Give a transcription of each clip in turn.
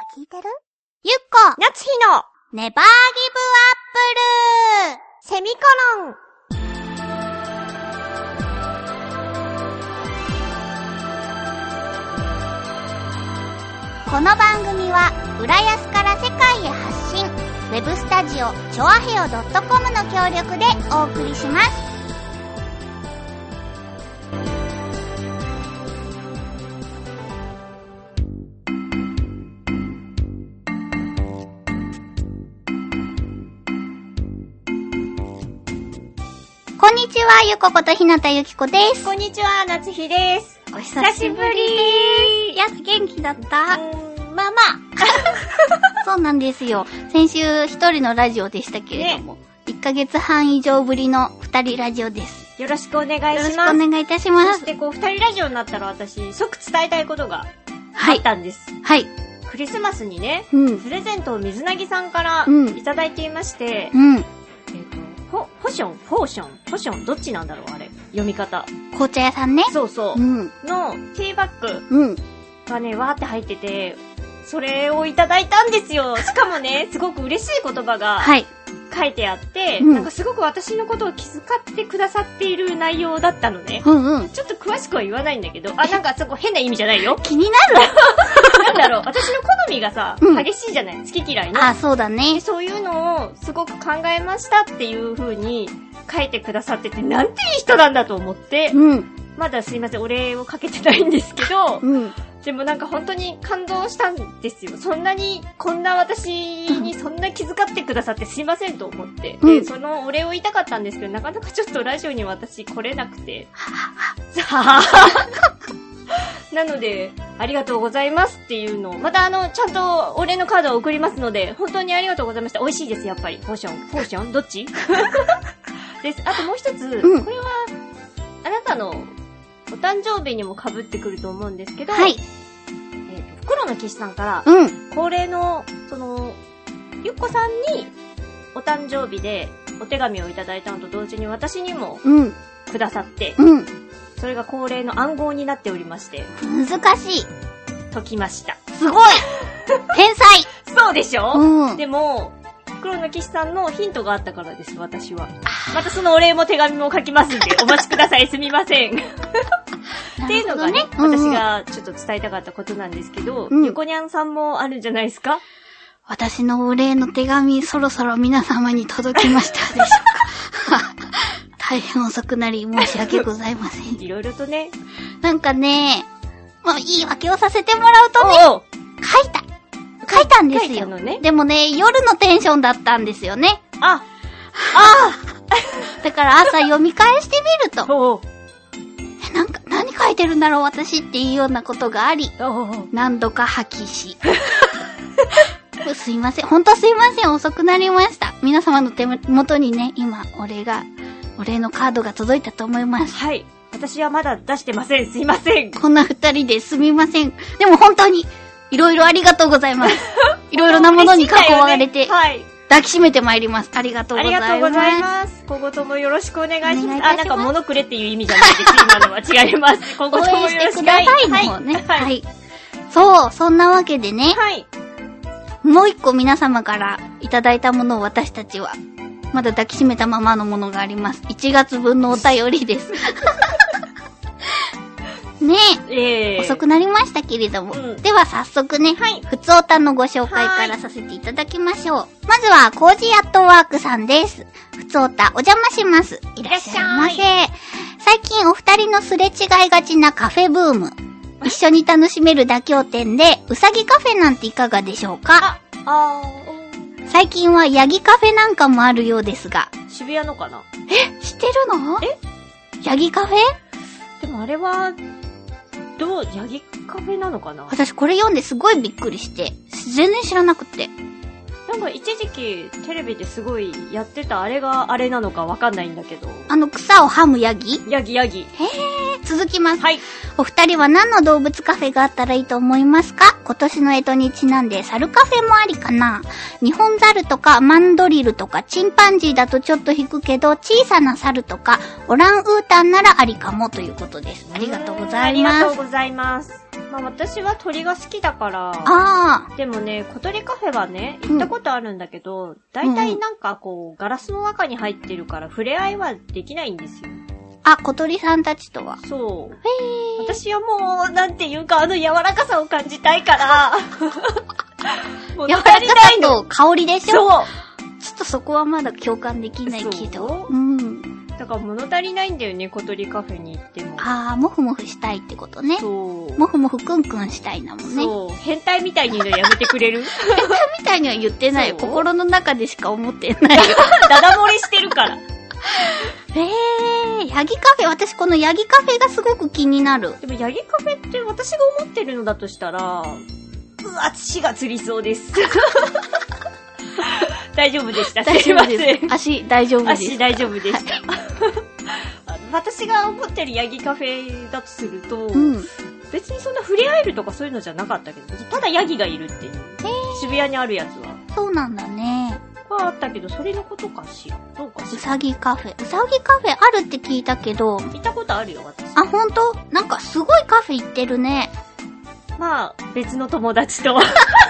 聞いてる？ゆっこなつひのネバーギブアップルセミコロン。 この番組は浦安から世界へ発信、ウェブスタジオチョアヘオ .com の協力でお送りします。こんにちは、ゆこことひなたゆきこです。 こんにちは、なつひです。 お久しぶり。やつ元気だった？ まあまあ。そうなんですよ。先週一人のラジオでしたけれども、ね、1ヶ月半以上ぶりの二人ラジオです。 よろしくお願いします。 よろしくお願いいたします。 そして二人ラジオになったら私、即伝えたいことがあったんです。 はい。 クリスマスにね、プレゼントを水なぎさんからいただいていまして、フォーションどっちなんだろうあれ。読み方。 紅茶屋さんね。 そうそう。のティーバッグがね、わーって入ってて、それをいただいたんですよ。しかもね、すごく嬉しい言葉が書いてあって、なんかすごく私のことを気遣ってくださっている内容だったのね。ちょっと詳しくは言わないんだけど、なんかそこ変な意味じゃないよ。 気になるなんだろう、私の好みがさ、激しいじゃない、好き嫌いの。 あ、そうだね。 そういうのをすごく考えましたっていう風に書いてくださってて、なんていい人なんだと思って、まだすいません、お礼をかけてないんですけど、でもなんか本当に感動したんですよ。そんなに、こんな私にそんな気遣ってくださってすいませんと思って。で、そのお礼を言いたかったんですけど、なかなかちょっとラジオに私来れなくて。なので、ありがとうございますっていうのを、またちゃんとお礼のカードを送りますので、本当にありがとうございました。美味しいです、やっぱり。フォーションどっちです。あともう一つ、これは、あなたのお誕生日にも被ってくると思うんですけど、袋の騎士さんから、恒例の、ゆっこさんにお誕生日でお手紙をいただいたのと同時に私にもくださって、それが恒例の暗号になっておりまして。 難しい。 解きました。 すごい天才そうでしょ、でも、黒の騎士さんのヒントがあったからです、私は。またそのお礼も手紙も書きますんで、お待ちください、すみません。っていうのがね、私がちょっと伝えたかったことなんですけど、ゆこにゃんさんもあるんじゃないですか？ 私のお礼の手紙、そろそろ皆様に届きましたでしょうか？大変遅くなり申し訳ございません。 いろいろとね。なんかね、もう言い訳をさせてもらうとね、書いたんですよ。ね、でもね、夜のテンションだったんですよね。だから朝読み返してみると、何書いてるんだろう私っていうようなことがあり、何度か破棄し。すいません。ほんとすいません。遅くなりました。皆様の手元にね、今、お礼のカードが届いたと思います。 はい。私はまだ出してません。すいません。 こんな二人ですみません。でも本当に、いろいろありがとうございます。いろいろなものに囲われて、抱きしめてまいります。ありがとうございます。 ありがとうございます。今後ともよろしくお願いします。なんか物くれっていう意味じゃないです。今のは違います。今後ともよろしくお願いします。応援してくださいの方ね。はい。そう、そんなわけでね。もう一個皆様からいただいたものを私たちは、まだ抱きしめたままのものがあります。1月分のお便りです。ねえ、遅くなりましたけれども。では早速ね、ふつおたのご紹介からさせていただきましょう。まずは、コージーアットワークさんです。ふつおた、お邪魔します。いらっしゃいませ。最近お二人のすれ違いがちなカフェブーム。一緒に楽しめる妥協点で、うさぎカフェなんていかがでしょうか？最近はヤギカフェなんかもあるようですが。 渋谷のかな？ 知ってるの？ヤギカフェ？ でもあれは、ヤギカフェなのかな？ 私これ読んですごいびっくりして、全然知らなくて。 なんか一時期テレビですごいやってたあれがあれなのかわかんないんだけど。 草をはむヤギ？ ヤギ。 続きます。お二人は何の動物カフェがあったらいいと思いますか？今年の干支にちなんで猿カフェもありかな。日本猿とかマンドリルとかチンパンジーだとちょっと引くけど、小さな猿とかオランウータンならありかもということです。ありがとうございます。 ありがとうございます。 まあ私は鳥が好きだから。 ああ。 でもね、小鳥カフェはね、行ったことあるんだけど、だいたいなんかこう、ガラスの中に入ってるから触れ合いはできないんですよ。 あ、小鳥さんたちとは。 そう。私はもう、なんていうか、柔らかさを感じたいから。 柔らかさと香りでしょ？ そう。 ちょっとそこはまだ共感できないけど。 うん。だから物足りないんだよね、小鳥カフェに行っても。 ああ、もふもふしたいってことね。 そう。 もふもふくんくんしたいなもんね。 そう。変態みたいに言うのやめてくれる？ 変態みたいには言ってないよ。心の中でしか思ってないよ。 ダダ漏れしてるから。 ヤギカフェ、私このヤギカフェがすごく気になる。 でもヤギカフェって私が思ってるのだとしたら、足がつりそうです。大丈夫でした。 大丈夫です。足大丈夫です。 足大丈夫でした。私が思ってるヤギカフェだとすると、別にそんな触れ合えるとかそういうのじゃなかったけど、ただヤギがいるっていう。渋谷にあるやつは。 そうなんだね。 はあったけど、それのことかしら。どうかしら。 うさぎカフェ。うさぎカフェあるって聞いたけど。 行ったことあるよ、私。 あ、ほんと？なんかすごいカフェ行ってるね。 まあ、別の友達と。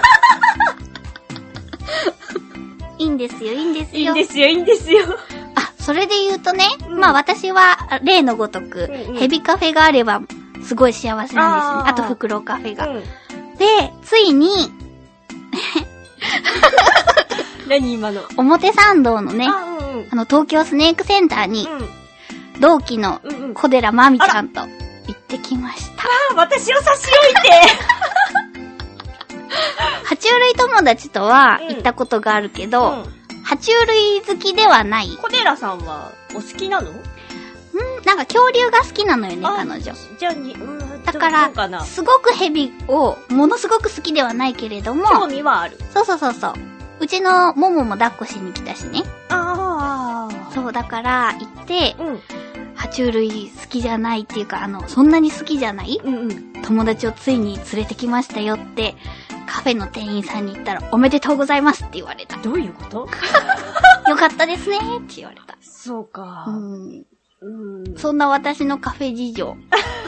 いいんですよ、いいんですよ。 いいんですよ、いいんですよ。 あ、それで言うとね、まあ私は例のごとく、ヘビカフェがあれば、すごい幸せなんですよね。あと、フクロウカフェが。で、ついに、 何今の？ 表参道のね、東京スネークセンターに、同期の小寺まみちゃんと行ってきました。 私を差し置いて爬虫類友達とは行ったことがあるけど、爬虫類好きではない。 小寺さんはお好きなの？ なんか恐竜が好きなのよね、彼女。じゃあだから、すごくヘビを、ものすごく好きではないけれども、 興味はある。 そう。うちのモモも抱っこしに来たしね。そう、だから、行って、爬虫類好きじゃないっていうか、そんなに好きじゃない、友達をついに連れてきましたよって、カフェの店員さんに言ったら、おめでとうございますって言われた。 どういうこと？ よかったですねって言われた。 そうか。 そんな私のカフェ事情。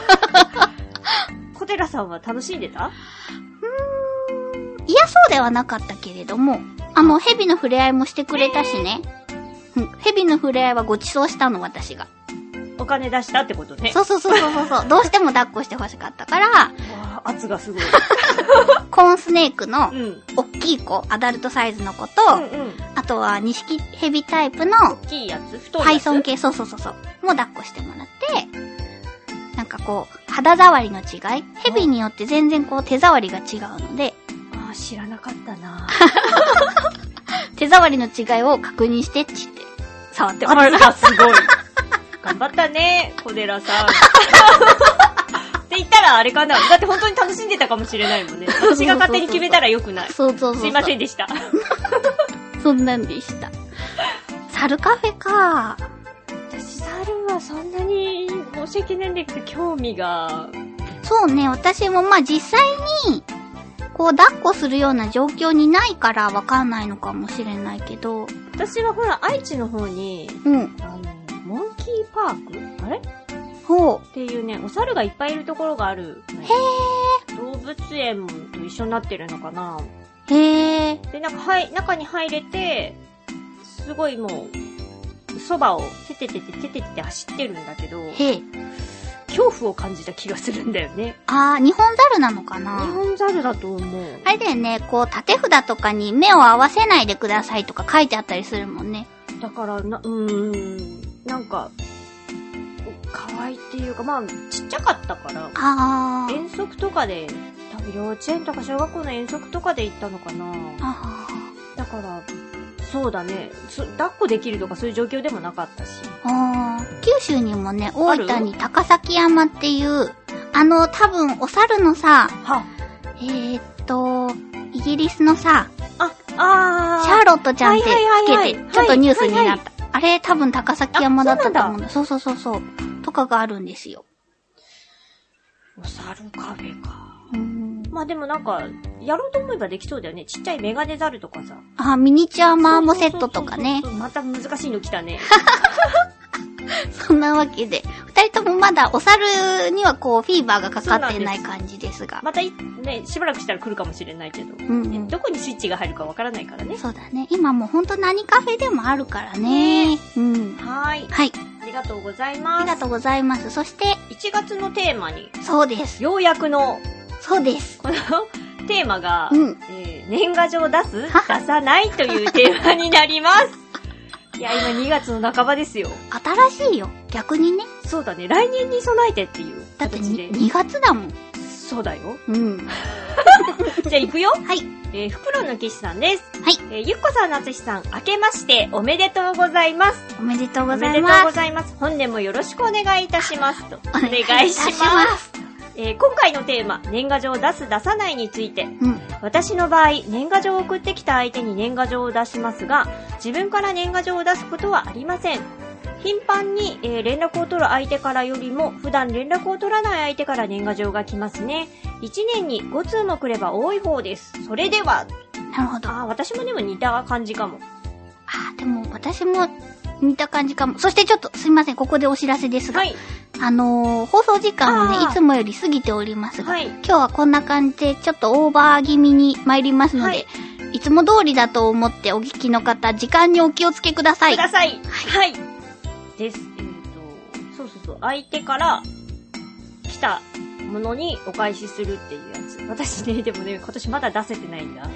小寺さんは楽しんでた？ いや、そうではなかったけれども、ヘビの触れ合いもしてくれたしね。ヘビの触れ合いはご馳走したの、私が。 お金出したってことね。 そう。どうしても抱っこして欲しかったから、 圧がすごい。 コーンスネークの、大きい子、アダルトサイズの子と、あとは、ニシキヘビタイプの、 大きいやつ？太いやつ？ パイソン系、そう。も抱っこしてもらって、なんかこう、肌触りの違い？ヘビによって全然こう、手触りが違うので、 知らなかったな。 手触りの違いを確認してって言って、触ってもらう。 圧がすごい。頑張ったね、小寺さん。って言ったらあれかな。だって本当に楽しんでたかもしれないもんね。私が勝手に決めたらよくない。 そう。 すいませんでした。 そんなんでした。猿カフェか。 私、猿はそんなに申し訳ないんだけど、興味が。 そうね、私もまあ実際に、こう抱っこするような状況にないからわかんないのかもしれないけど。 私はほら、愛知の方に、モンキーパーク？あれ？っていうね、お猿がいっぱいいるところがある。動物園と一緒になってるのかな。で、なんか中に入れて、すごいもう、そばをててて走ってるんだけど、恐怖を感じた気がするんだよね。 日本猿なのかな？ 日本猿だと思う。 あれだよね、こう、縦札とかに目を合わせないでくださいとか書いてあったりするもんね。 だから、なんか、可愛いっていうか、まあ、ちっちゃかったから、遠足とかで、多分幼稚園とか小学校の遠足とかで行ったのかな。だから、そうだね。抱っこできるとかそういう状況でもなかったし。 九州にもね、大分に高崎山っていう、多分お猿のさ、イギリスのさ、シャーロットちゃんってつけて、ちょっとニュースになった。あれ多分高崎山だったと思うの。そう。とかがあるんですよ。 お猿カフェか。まあでもなんか、やろうと思えばできそうだよね。ちっちゃいメガネザルとかさ。 ミニチュアマーモセットとかね。 また難しいの来たね。 そんなわけで、二人ともまだお猿にはこう、フィーバーがかかってない感じですが。 またね、しばらくしたら来るかもしれないけど、ね、どこにスイッチが入るかわからないからね。 そうだね。今もうほんと何カフェでもあるからね。 はい。 はい。 ありがとうございます。 ありがとうございます。そして、 1月のテーマに。 そうです。 ようやくの。 そうです。 このテーマが、年賀状出す？出さないというテーマになります。いや、今2月の半ばですよ。 新しいよ。逆にね。 そうだね。来年に備えてっていうだって2月だもん。 そうだよ。じゃあ行くよ。 はい。 フクロウの騎士さんです。 はい。 ゆっこさん、なつしさん、明けましておめでとうございます。 おめでとうございます。 おめでとうございます。本年もよろしくお願いいたします。と。お願いします。今回のテーマ、年賀状出す出さないについて、私の場合、年賀状を送ってきた相手に年賀状を出しますが、自分から年賀状を出すことはありません。頻繁に、連絡を取る相手からよりも、普段連絡を取らない相手から年賀状が来ますね。1年に5通も来れば多い方です。それでは。 なるほど。 私もでも似た感じかも。 でも私も似た感じかも。そしてちょっとすいません、ここでお知らせですが。はい。放送時間をね、いつもより過ぎておりますが、今日はこんな感じでちょっとオーバー気味に参りますので、いつも通りだと思ってお聞きの方、時間にお気をつけください。 はい。です。そう。相手から来たものにお返しするっていうやつ。私ね、でもね、今年まだ出せてないんだ。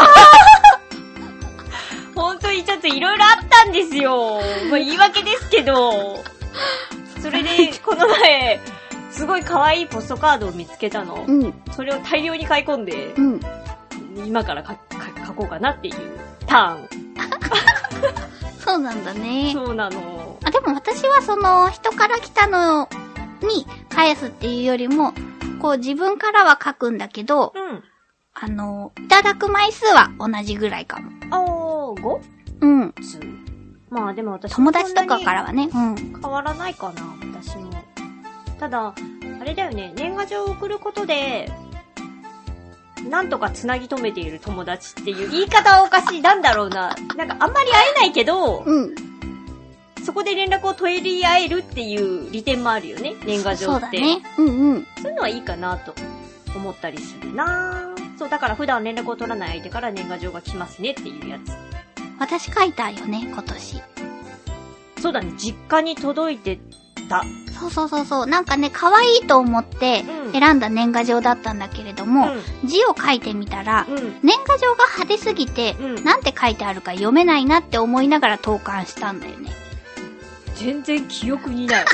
本当にちょっといろいろあったんですよ。言い訳ですけど。それで、この前、すごい可愛いポストカードを見つけたの。それを大量に買い込んで、今から書こうかなっていうターン。 そうなんだね。 そうなの。 でも私はその人から来たのに返すっていうよりも、こう自分からは書くんだけど、いただく枚数は同じぐらいかも。5？まあでも私友達とかからはね、 変わらないかな、私も。ただ、あれだよね、年賀状を送ることで、なんとか繋ぎ止めている友達っていう言い方はおかしい。なんだろうな。なんかあんまり会えないけど、そこで連絡を取り合えるっていう利点もあるよね、年賀状って。そうだね。そういうのはいいかなと思ったりするな。そう、だから普段連絡を取らない相手から年賀状が来ますねっていうやつ。 私書いたよね、今年。 そうだね、実家に届いてた。 そう。なんかね、可愛いと思って選んだ年賀状だったんだけれども、字を書いてみたら、年賀状が派手すぎて、なんて書いてあるか読めないなって思いながら投函したんだよね。 全然記憶にない。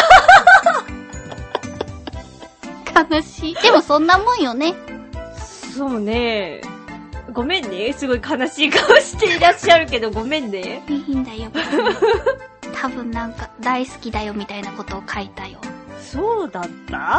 悲しい。でもそんなもんよね。 そうね。ごめんね。すごい悲しい顔していらっしゃるけど、ごめんね。 いいんだよ。多分なんか大好きだよみたいなことを書いたよ。 そうだった？ あ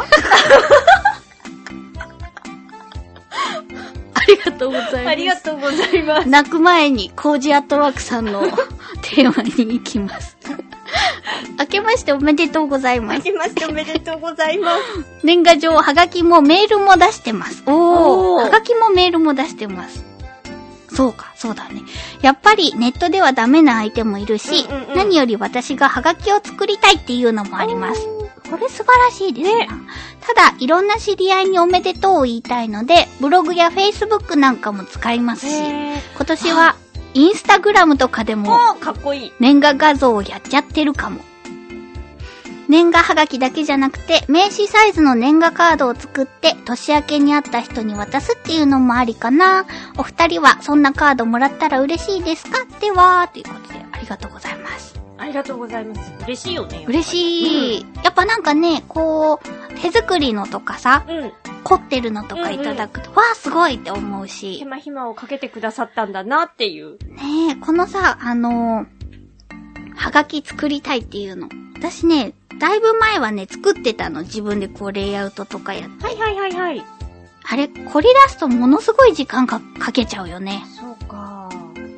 りがとうございます。 ありがとうございます。 泣く前にコージアットワークさんのテーマに行きます。明けましておめでとうございます。 明けましておめでとうございます。 年賀状、はがきもメールも出してます。はがきもメールも出してます。そうか、そうだね。やっぱりネットではダメな相手もいるし、何より私がハガキを作りたいっていうのもあります。これ素晴らしいですね。ただ、いろんな知り合いにおめでとうを言いたいので、ブログやフェイスブックなんかも使いますし、今年はインスタグラムとかでも、 かっこいい。 年賀画像をやっちゃってるかも。年賀はがきだけじゃなくて、名刺サイズの年賀カードを作って、年明けに会った人に渡すっていうのもありかな。お二人はそんなカードもらったら嬉しいですか？では、ということで、ありがとうございます。 ありがとうございます。嬉しいよね。 嬉しい。やっぱなんかね、こう、手作りのとかさ、凝ってるのとかいただくと、わーすごいって思うし。 手間暇をかけてくださったんだなっていう。 ねえ、このさ、はがき作りたいっていうの。私ね、だいぶ前はね、作ってたの。自分でこう、レイアウトとかやって。 はい。 あれ、凝り出すとものすごい時間かけちゃうよね。 そうか。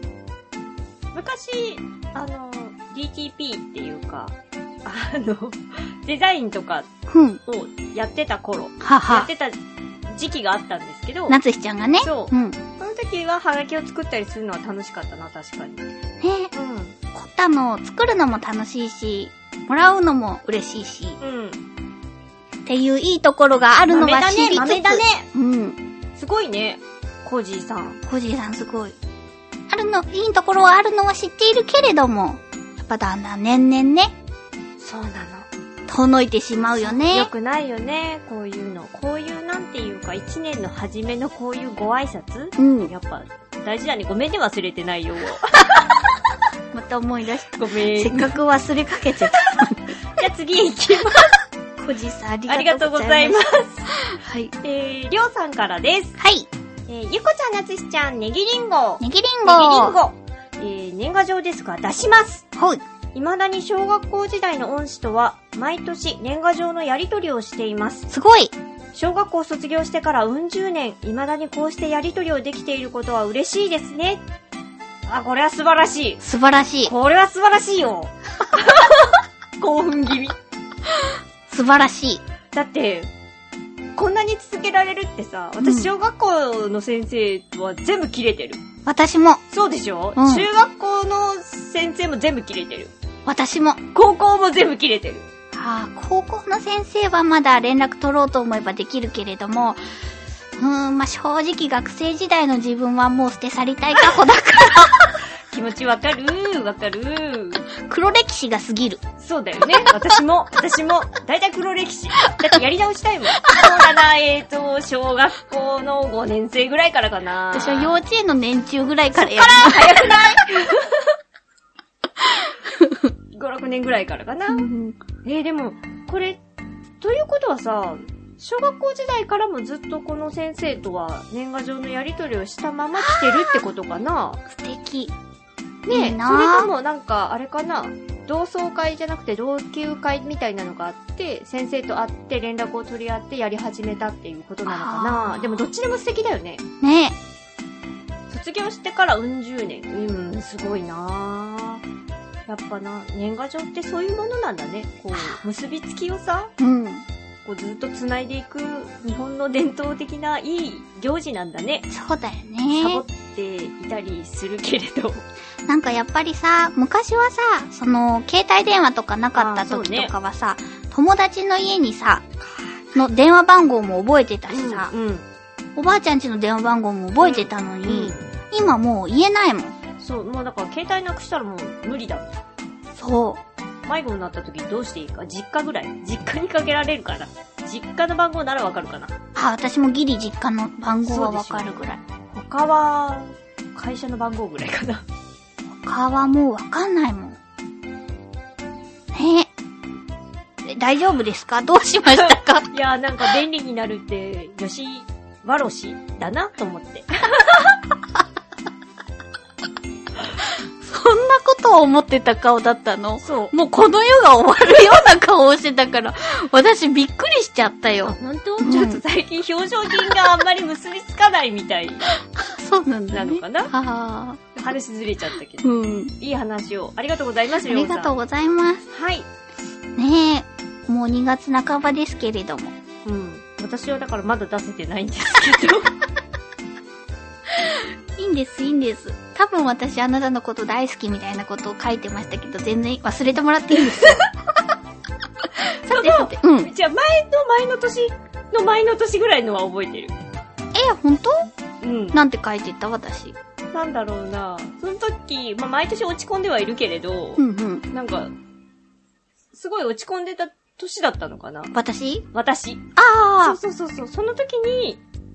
昔、DTP っていうか、デザインとかをやってた頃、やってた時期があったんですけど、 なつひちゃんがね。 そう。その時はハガキを作ったりするのは楽しかったな、確かに。 ね凝ったのを作るのも楽しいし、 もらうのも嬉しいし。 うん。 っていういいところがあるのは知りつつ。 豆だね。 うん。 すごいね。コージーさん。 コージーさんすごい。いいところはあるのは知っているけれども、やっぱだんだん年々ね。 そうなの。 遠のいてしまうよね。 よくないよね、こういうの。こういうなんていうか、一年の初めのこういうご挨拶、うん、やっぱ大事だね。ごめんね、忘れてないよ。 また思い出した。 ごめん。 せっかく忘れかけてた。 じゃあ次行きます。 コジさんありがとうございます。 はい。 りょうさんからです。 はい。 ゆこちゃん、なつしちゃん、ネギリンゴ。 ネギリンゴ。 年賀状ですが出します。 はい。 未だに小学校時代の恩師とは、毎年年賀状のやり取りをしています。 すごい。 小学校卒業してからうん十年、未だにこうしてやり取りをできていることは嬉しいですね。あ、これは素晴らしい。 素晴らしい。 これは素晴らしいよ。興奮気味。 素晴らしい。 だって、こんなに続けられるってさ、私小学校の先生は全部切れてる。 私も。 そうでしょ、中学校の先生も全部切れてる。 私も。 高校も全部切れてる。 高校の先生はまだ連絡取ろうと思えばできるけれども、まあ、正直学生時代の自分はもう捨て去りたい過去だから。 気持ちわかる。 黒歴史が過ぎる。 そうだよね。私も。だいたい黒歴史。だってやり直したいもん。そうだな、小学校の5年生ぐらいからかな。 私は幼稚園の年中ぐらいからやる。そっから早くない5、6年ぐらいからかな。でも、これ、ということはさ、小学校時代からもずっとこの先生とは年賀状のやり取りをしたまま来てるってことかな。 素敵。 ねえ、それともなんか、あれかな、同窓会じゃなくて同級会みたいなのがあって、先生と会って連絡を取り合ってやり始めたっていうことなのかな。でもどっちでも素敵だよね。 ねえ。 卒業してからうん十年。すごいなぁ。やっぱな、年賀状ってそういうものなんだね。こう、結びつきをさ、こうずっと繋いでいく日本の伝統的ないい行事なんだね。 そうだよね。 サボっていたりするけれど。 なんかやっぱりさ、昔はさ、携帯電話とかなかった時とかはさ、友達の家にさ、の電話番号も覚えてたしさ、おばあちゃん家の電話番号も覚えてたのに、今もう言えないもん。 そう、もうだから携帯なくしたらもう無理だ。 そう。 迷子になった時どうしていいか、実家ぐらい。実家にかけられるから。実家の番号ならわかるかな。 私もギリ実家の番号はわかるぐらい。 他は、会社の番号ぐらいかな。 他はもうわかんないもん。大丈夫ですか？どうしましたか？ いや、なんか便利になるって、よし、わろしだなと思って。 そんなことを思ってた顔だったの？ そう。 もうこの世が終わるような顔をしてたから、私びっくりしちゃったよ。 本当？ちょっと最近表情筋があんまり結びつかないみたい。 そうなんだね。 なのかな？話ずれちゃったけど。いい話を。ありがとうございます、 ありがとうございます。 はい。 ねえ、もう2月半ばですけれども。 私はだからまだ出せてないんですけど。 いいんです。多分私あなたのこと大好きみたいなことを書いてましたけど、全然忘れてもらっていいんですよ。さて、 じゃあ前の年ぐらいのは覚えてる。 ほんと？なんて書いてた私。 なんだろうな。その時、毎年落ち込んではいるけれど、なんか、すごい落ち込んでた年だったのかな。 私。 そう。その時に、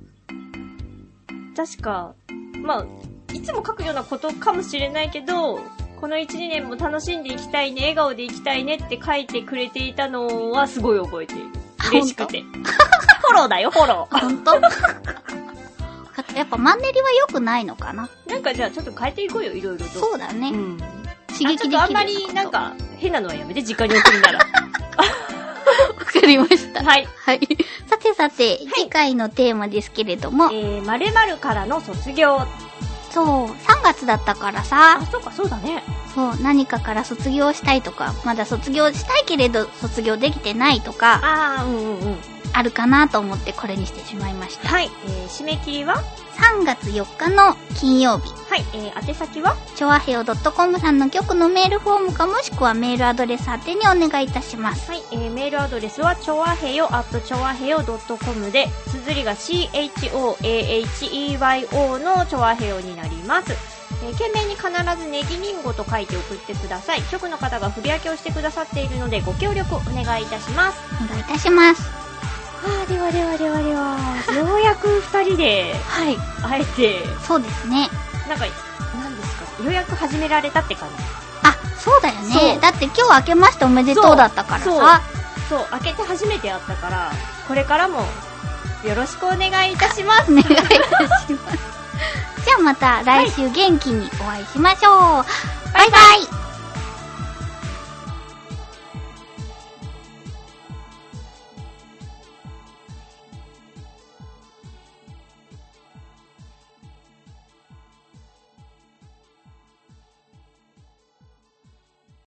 確か、いつも書くようなことかもしれないけど、この1、2年も楽しんでいきたいね、笑顔でいきたいねって書いてくれていたのはすごい覚えている。嬉しくて。フォローだよ、フォロー。 ほんと？やっぱマンネリは良くないのかな？ なんかじゃあちょっと変えていこうよ、いろいろと。 そうだね。 刺激できる。あんまりなんか変なのはやめて、実家に送るなら。 わかりました。 はい。 さて、次回のテーマですけれども。 〇〇からの卒業。 そう、3月だったからさ。 そうだね。 そう、何かから卒業したいとか、まだ卒業したいけれど卒業できてないとか。 あるかなと思ってこれにしてしまいました。 はい。締め切りは 3月4日の金曜日。 はい。宛先はちょわへよ .com さんの局のメールフォームかもしくはメールアドレス宛てにお願いいたします。 はい。メールアドレスはちょわへよ@choaheyo.com で、綴りが CHOAHEYO のちょわへよになります。件名に必ずネギリンゴと書いて送ってください。局の方が振り分けをしてくださっているのでご協力お願いいたします。 お願いいたします。 では、ようやく二人で、はい、会えて、 そうですね。 なんか、何ですか、ようやく始められたって感じ。 あ、そうだよね。だって今日明けましておめでとうだったからさ。 そう、明けて初めて会ったから、これからも、よろしくお願いいたします。 お願いいたします。じゃあまた来週元気にお会いしましょう。バイバイ。